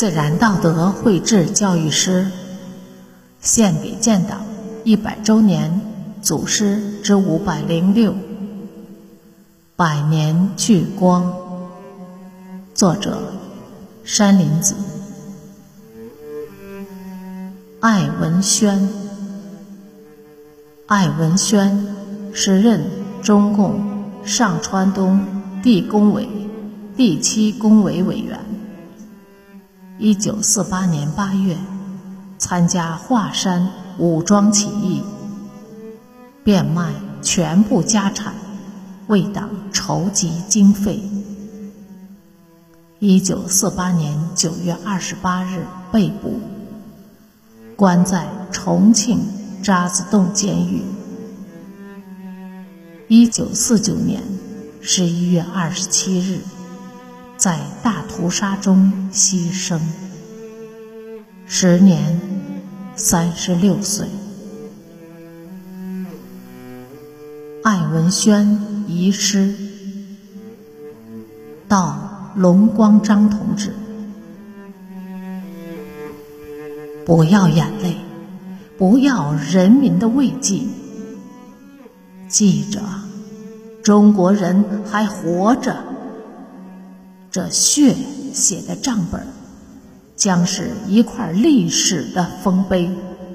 自然道德绘制教育诗，献给建党100周年祖师之506，百年聚光。作者山林子。艾文轩，艾文轩时任中共上川东地工委第7工委委员。1948年8月参加华山武装起义，变卖全部家产为党筹集经费。1948年9月28日被捕，关在重庆渣滓洞监狱。1949年11月27日在大屠杀中牺牲，时年36岁。艾文轩遗诗，到龙光章同志：不要眼泪，不要人民的慰藉，记着中国人还活着，这血写的账本将是一块历史的丰碑。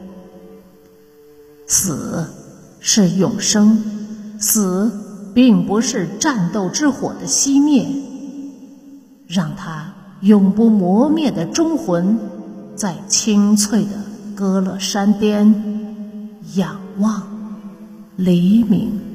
死是永生，死并不是战斗之火的熄灭，让它永不磨灭的忠魂在青翠的歌乐山巅仰望黎明。